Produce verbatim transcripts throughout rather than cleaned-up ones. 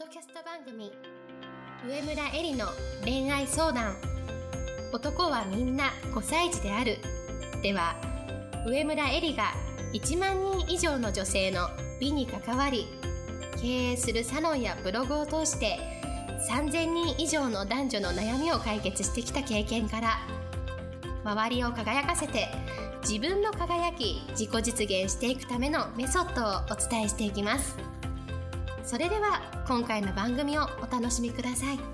ドキャスト番組上村えりの恋愛相談。男はみんなごさい児であるでは、上村えりがいちまんにん以上の女性の美に関わり、経営するサロンやブログを通してさんぜんにん以上の男女の悩みを解決してきた経験から、周りを輝かせて自分も輝き自己実現していくためのメソッドをお伝えしていきます。それでは今回の番組をお楽しみください。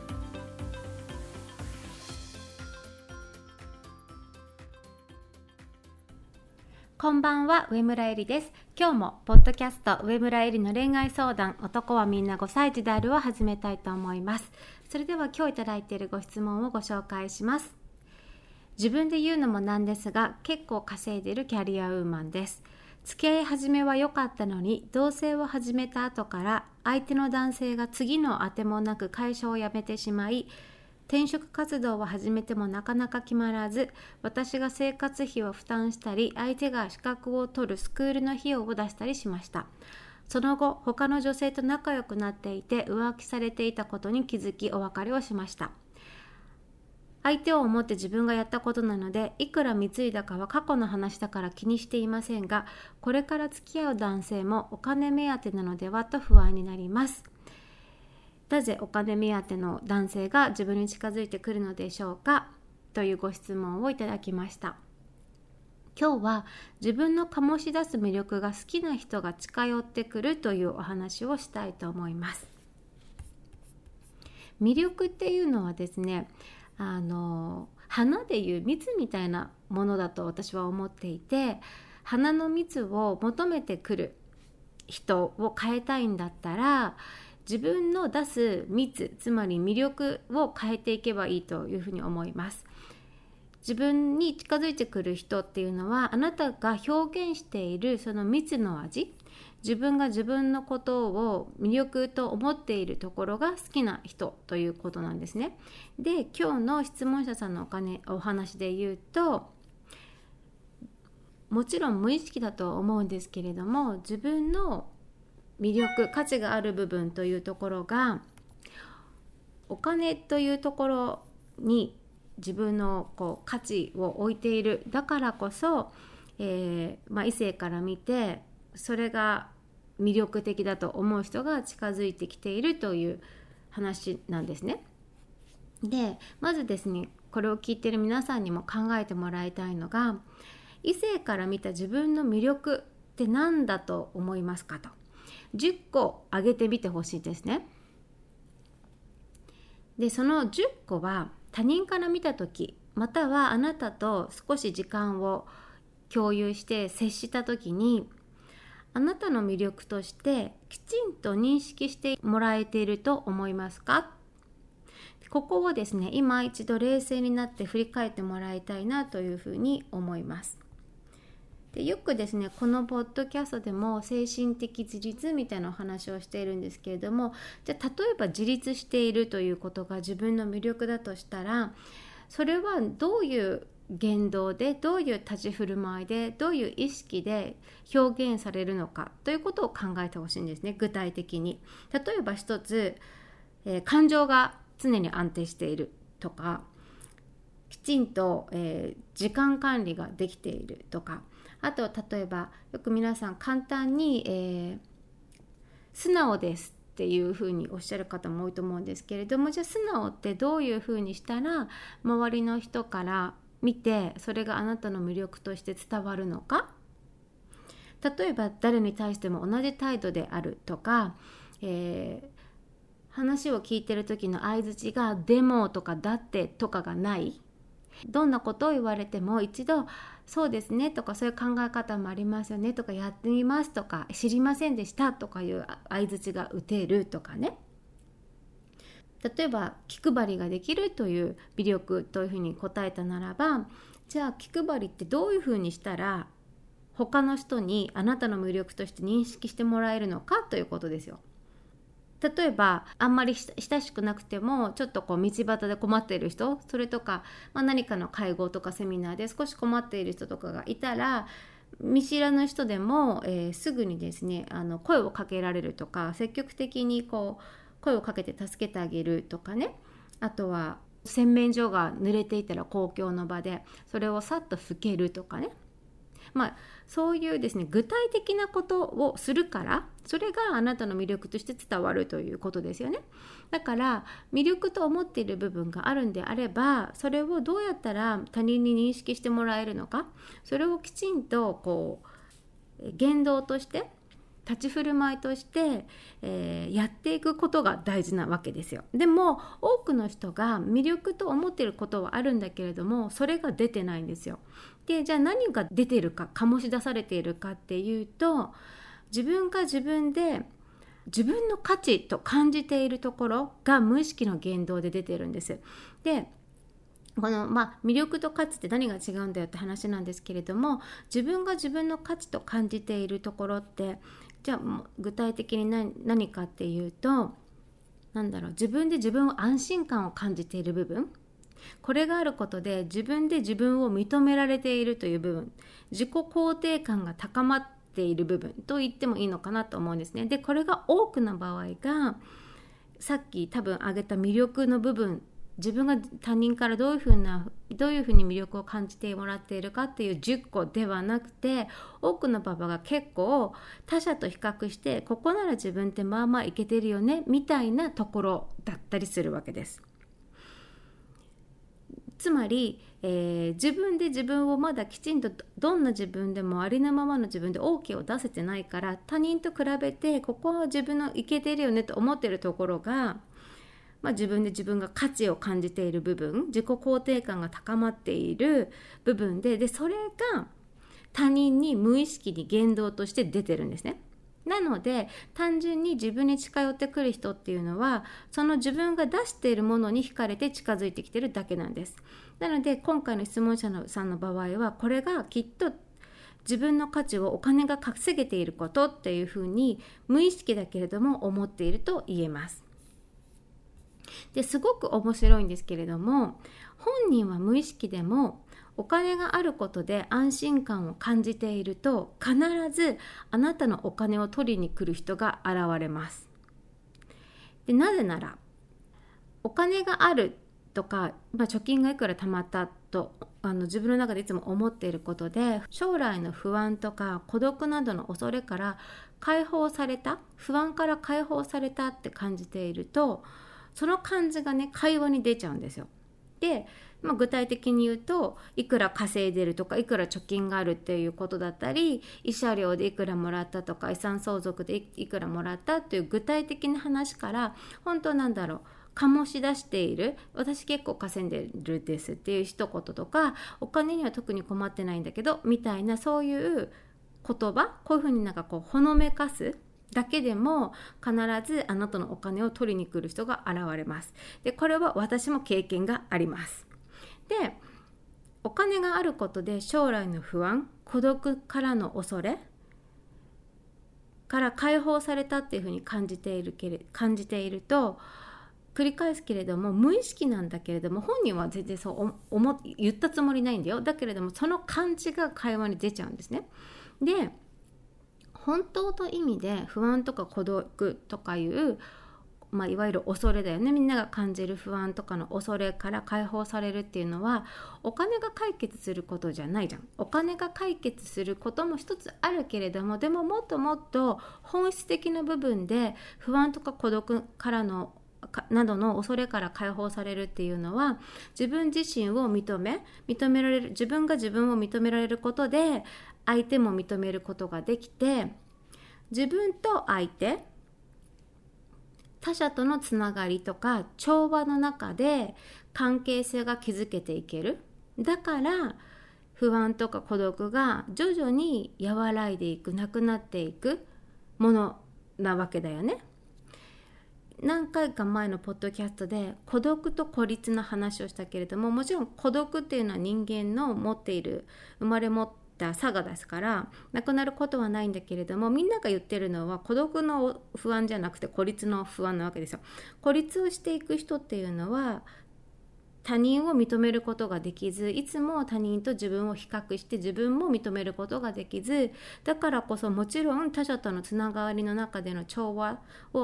こんばんは、上村えりです。今日もポッドキャスト上村えりの恋愛相談、男はみんなごさい児であるを始めたいと思います。それでは今日いただいているご質問をご紹介します。自分で言うのもなんですが、結構稼いでいるキャリアウーマンです。付き合い始めは良かったのに、同棲を始めた後から相手の男性が次の当てもなく会社を辞めてしまい、転職活動を始めてもなかなか決まらず、私が生活費を負担したり、相手が資格を取るスクールの費用を出したりしました。その後、他の女性と仲良くなっていて浮気されていたことに気づき、お別れをしました。相手を思って自分がやったことなので、いくら貢いだかは過去の話だから気にしていませんが、これから付き合う男性もお金目当てなのではと不安になります。なぜお金目当ての男性が自分に近づいてくるのでしょうか、というご質問をいただきました。今日は自分の醸し出す魅力が好きな人が近寄ってくるというお話をしたいと思います。魅力っていうのはですね、あの花でいう蜜みたいなものだと私は思っていて、花の蜜を求めてくる人を変えたいんだったら、自分の出す蜜、つまり魅力を変えていけばいいというふうに思います。自分に近づいてくる人っていうのは、あなたが表現しているその蜜の味、自分が自分のことを魅力と思っているところが好きな人ということなんですね。で、今日の質問者さんのお金お話で言うと、もちろん無意識だと思うんですけれども、自分の魅力、価値がある部分というところが、お金というところに自分のこう価値を置いている。だからこそ、えーまあ、異性から見てそれが魅力的だと思う人が近づいてきているという話なんですね。で、まずですね、これを聞いている皆さんにも考えてもらいたいのが、異性から見た自分の魅力って何だと思いますかと、じゅっこ挙げてみてほしいですね。で、そのじゅっこは他人から見たとき、またはあなたと少し時間を共有して接したときに、あなたの魅力としてきちんと認識してもらえていると思いますか？ここをですね、今一度冷静になって振り返ってもらいたいなというふうに思います。で、よくですね、このポッドキャストでも精神的自立みたいなお話をしているんですけれども、じゃあ例えば自立しているということが自分の魅力だとしたら、それはどういう言動で、どういう立ち振る舞いで、どういう意識で表現されるのかということを考えてほしいんですね。具体的に、例えば一つ、えー、感情が常に安定しているとか、きちんと、えー、時間管理ができているとか、あと例えばよく皆さん簡単に、えー、素直ですっていうふうにおっしゃる方も多いと思うんですけれども、じゃあ素直ってどういうふうにしたら周りの人から見てそれがあなたの魅力として伝わるのか。例えば誰に対しても同じ態度であるとか、えー、話を聞いてる時の相槌がでもとかだってとかがない。どんなことを言われても一度そうですねとか、そういう考え方もありますよねとか、やってみますとか、知りませんでしたとかいう相槌が打てるとかね。例えば気配りができるという魅力というふうに答えたならば、じゃあ気配りってどういうふうにしたら他の人にあなたの魅力として認識してもらえるのかということですよ。例えばあんまり親しくなくてもちょっとこう道端で困っている人、それとか、まあ、何かの会合とかセミナーで少し困っている人とかがいたら、見知らぬ人でも、えー、すぐにですね、あの声をかけられるとか、積極的にこう声をかけて助けてあげるとかね、あとは洗面所が濡れていたら公共の場でそれをさっと拭けるとかね、まあそういうですね具体的なことをするから、それがあなたの魅力として伝わるということですよね。だから魅力と思っている部分があるんであれば、それをどうやったら他人に認識してもらえるのか、それをきちんとこう言動として立ち振る舞いとして、えー、やっていくことが大事なわけですよ。でも多くの人が魅力と思っていることはあるんだけれども、それが出てないんですよ。でじゃあ何が出ているか、醸し出されているかっていうと、自分が自分で自分の価値と感じているところが無意識の言動で出ているんです。でこの、まあ、魅力と価値って何が違うんだよって話なんですけれども、自分が自分の価値と感じているところって、じゃあ具体的に 何, 何かっていうと、なんだろう、自分で自分を安心感を感じている部分、これがあることで自分で自分を認められているという部分、自己肯定感が高まっている部分と言ってもいいのかなと思うんですね。でこれが多くの場合が、さっき多分挙げた魅力の部分、自分が他人からどういうふうなどういうふうに魅力を感じてもらっているかっていうじゅっこではなくて、多くのパパが結構他者と比較して、ここなら自分ってまあまあいけてるよねみたいなところだったりするわけです。つまり、えー、自分で自分をまだきちんとどんな自分でもありのままの自分で OK を出せてないから、他人と比べてここは自分のいけてるよねと思ってるところが、まあ、自分で自分が価値を感じている部分、自己肯定感が高まっている部分で、でそれが他人に無意識に言動として出てるんですね。なので単純に自分に近寄ってくる人っていうのは、その自分が出しているものに惹かれて近づいてきてるだけなんです。なので今回の質問者さんの場合は、これがきっと自分の価値をお金が稼げていることっていうふうに無意識だけれども思っていると言えます。ですごく面白いんですけれども、本人は無意識でもお金があることで安心感を感じていると、必ずあなたのお金を取りに来る人が現れます。でなぜなら、お金があるとか、まあ、貯金がいくら貯まったとあの自分の中でいつも思っていることで、将来の不安とか孤独などの恐れから解放された、不安から解放されたって感じていると、その感じがね会話に出ちゃうんですよ。で、まあ、具体的に言うと、いくら稼いでるとか、いくら貯金があるっていうことだったり、慰謝料でいくらもらったとか、遺産相続でいくらもらったっていう具体的な話から、本当なんだろう、醸し出している、私結構稼いでるですっていう一言とか、お金には特に困ってないんだけどみたいな、そういう言葉、こういうふうになんかこうほのめかすだけでも必ずあなたのお金を取りに来る人が現れます。でこれは私も経験があります。でお金があることで将来の不安、孤独からの恐れから解放されたっていうふうに感じているけれ感じていると、繰り返すけれども無意識なんだけれども、本人は全然そう思言ったつもりないんだよ。だけれどもその感じが会話に出ちゃうんですね。で本当の意味で不安とか孤独とかいう、まあ、いわゆる恐れだよね。みんなが感じる不安とかの恐れから解放されるっていうのは、お金が解決することじゃないじゃん。お金が解決することも一つあるけれども、でももっともっと本質的な部分で不安とか孤独からのなどの恐れから解放されるっていうのは、自分自身を認め認められる、自分が自分を認められることで相手も認めることができて、自分と相手、他者とのつながりとか調和の中で関係性が築けていける。だから不安とか孤独が徐々に和らいでいく、なくなっていくものなわけだよね。何回か前のポッドキャストで孤独と孤立の話をしたけれども、もちろん孤独っていうのは人間の持っている、生まれ持った差がですからなくなることはないんだけれども、みんなが言ってるのは孤独の不安じゃなくて孤立の不安なわけですよ。孤立をしていく人っていうのは他人を認めることができず、いつも他人と自分を比較して自分も認めることができず、だからこそもちろん他者とのつながりの中での調和を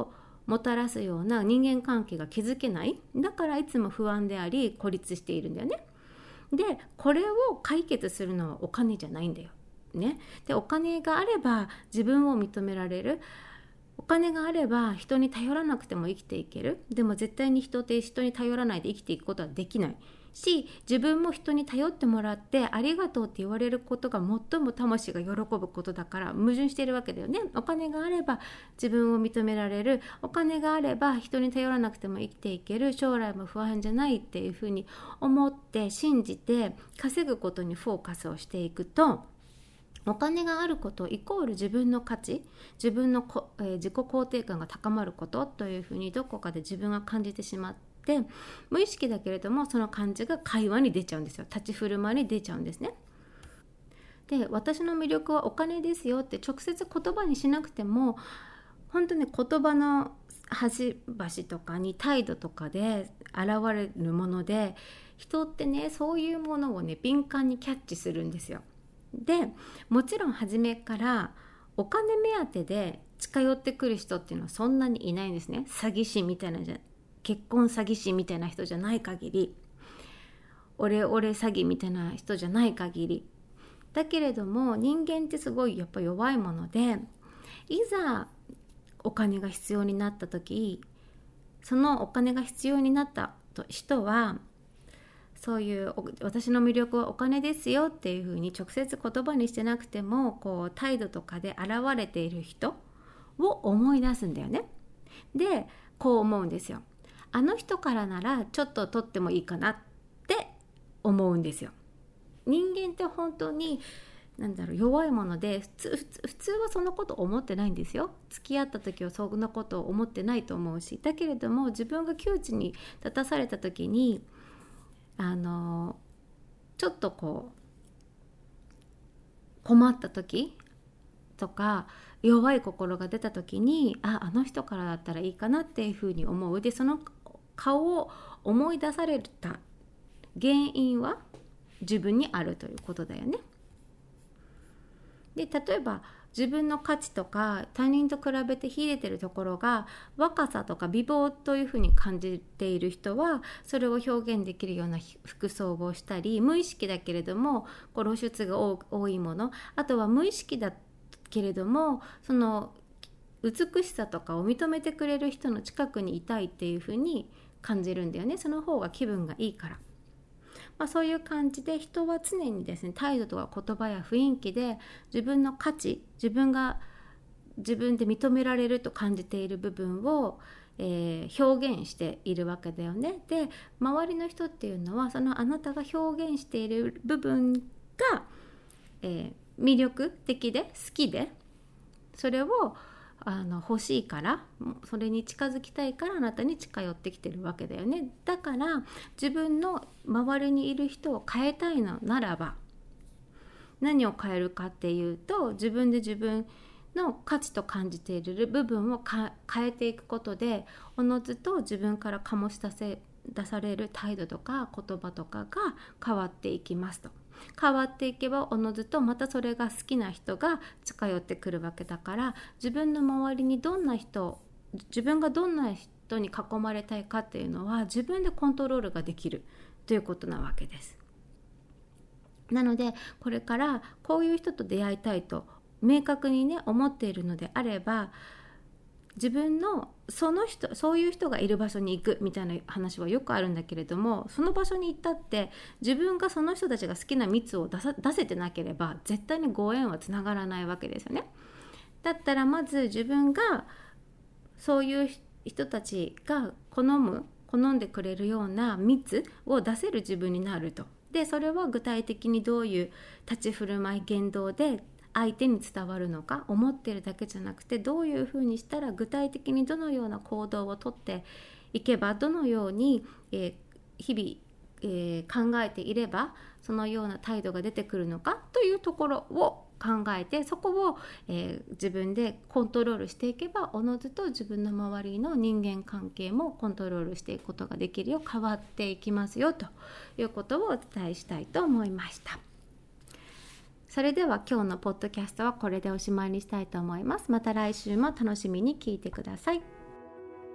もたらすような人間関係が築けない。だからいつも不安であり孤立しているんだよね。でこれを解決するのはお金じゃないんだよ、ね、でお金があれば自分を認められる。お金があれば人に頼らなくても生きていける。でも絶対に人って人に頼らないで生きていくことはできないし、自分も人に頼ってもらってありがとうって言われることが最も魂が喜ぶことだから矛盾しているわけだよね。お金があれば自分を認められる。お金があれば人に頼らなくても生きていける。将来も不安じゃないっていうふうに思って信じて稼ぐことにフォーカスをしていくと、お金があることイコール自分の価値、自分のこ、えー、自己肯定感が高まることというふうにどこかで自分が感じてしまって、無意識だけれどもその感じが会話に出ちゃうんですよ。立ち振る舞いに出ちゃうんですね。で私の魅力はお金ですよって直接言葉にしなくても、本当に言葉の端々とかに態度とかで現れるもので、人ってねそういうものをね敏感にキャッチするんですよ。でもちろん初めからお金目当てで近寄ってくる人っていうのはそんなにいないんですね。詐欺師みたいなじゃ結婚詐欺師みたいな人じゃない限り、オレオレ詐欺みたいな人じゃない限り。だけれども人間ってすごいやっぱ弱いもので、いざお金が必要になった時、そのお金が必要になった人はそういう私の魅力はお金ですよっていうふうに直接言葉にしてなくてもこう態度とかで現れている人を思い出すんだよね。でこう思うんですよ。あの人からならちょっと取ってもいいかなって思うんですよ。人間って本当になんだろう弱いもので、普通、普通、普通はそんなこと思ってないんですよ。付き合った時はそんなことを思ってないと思うし、だけれども自分が窮地に立たされた時にあのちょっとこう困った時とか弱い心が出た時に、あ、あの人からだったらいいかなっていうふうに思う。でその顔を思い出された原因は自分にあるということだよね。で例えば自分の価値とか他人と比べて秀でてるところが若さとか美貌というふうに感じている人は、それを表現できるような服装をしたり、無意識だけれどもこう露出が多いもの、あとは無意識だけれどもその美しさとかを認めてくれる人の近くにいたいっていうふうに感じるんだよね。その方が気分がいいから。まあ、そういう感じで人は常にですね、態度とか言葉や雰囲気で自分の価値、自分が自分で認められると感じている部分を、えー、表現しているわけだよね。で周りの人っていうのはそのあなたが表現している部分が、えー、魅力的で好きで、それをあの欲しいから、それに近づきたいからあなたに近寄ってきてるわけだよね。だから自分の周りにいる人を変えたいのならば何を変えるかっていうと、自分で自分の価値と感じている部分を変えていくことで、おのずと自分から醸し出せ出される態度とか言葉とかが変わっていきますと。変わっていけばおのずとまたそれが好きな人が近寄ってくるわけだから、自分の周りにどんな人、自分がどんな人に囲まれたいかっていうのは自分でコントロールができるということなわけです。なのでこれからこういう人と出会いたいと明確にね思っているのであれば、自分のその人そういう人がいる場所に行くみたいな話はよくあるんだけれども、その場所に行ったって自分がその人たちが好きな蜜を出さ出せてなければ絶対にご縁はつながらないわけですよね。だったらまず自分がそういう人たちが好む好んでくれるような蜜を出せる自分になると。でそれは具体的にどういう立ち振る舞い言動で相手に伝わるのか、思ってるだけじゃなくてどういうふうにしたら具体的にどのような行動をとっていけば、どのように、えー、日々、えー、考えていればそのような態度が出てくるのかというところを考えて、そこを、えー、自分でコントロールしていけば、おのずと自分の周りの人間関係もコントロールしていくことができるよう変わっていきますよということをお伝えしたいと思いました。それでは今日のポッドキャストはこれでおしまいにしたいと思います。また来週も楽しみに聞いてください。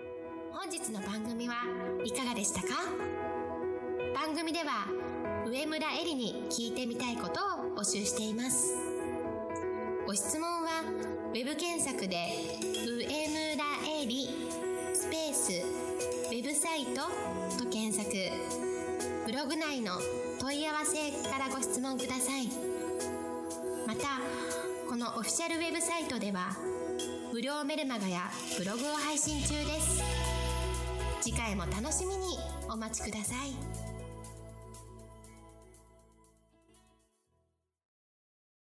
本日の番組はいかがでしたか？番組では上村えりに聞いてみたいことを募集しています。ご質問はウェブ検索で上村えりスペースウェブサイトと検索、ブログ内の問い合わせからご質問ください。またこのオフィシャルウェブサイトでは無料メルマガやブログを配信中です。次回も楽しみにお待ちください。